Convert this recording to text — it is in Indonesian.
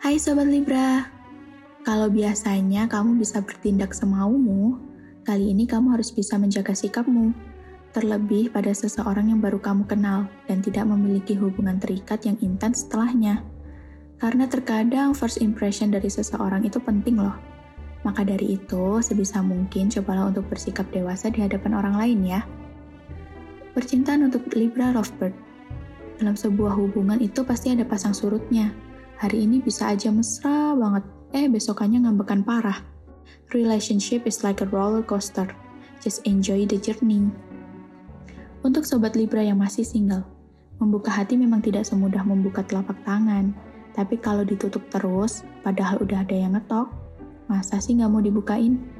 Hai Sobat Libra, kalau biasanya kamu bisa bertindak semaumu, kali ini kamu harus bisa menjaga sikapmu, terlebih pada seseorang yang baru kamu kenal dan tidak memiliki hubungan terikat yang intens setelahnya. Karena terkadang first impression dari seseorang itu penting loh. Maka dari itu, sebisa mungkin cobalah untuk bersikap dewasa di hadapan orang lain ya. Percintaan untuk Libra Lovebird. Dalam sebuah hubungan itu pasti ada pasang surutnya. Hari ini bisa aja mesra banget, besokannya ngambekan parah. Relationship is like a roller coaster. Just enjoy the journey. Untuk Sobat Libra yang masih single, membuka hati memang tidak semudah membuka telapak tangan. Tapi kalau ditutup terus, padahal udah ada yang ngetok, masa sih nggak mau dibukain?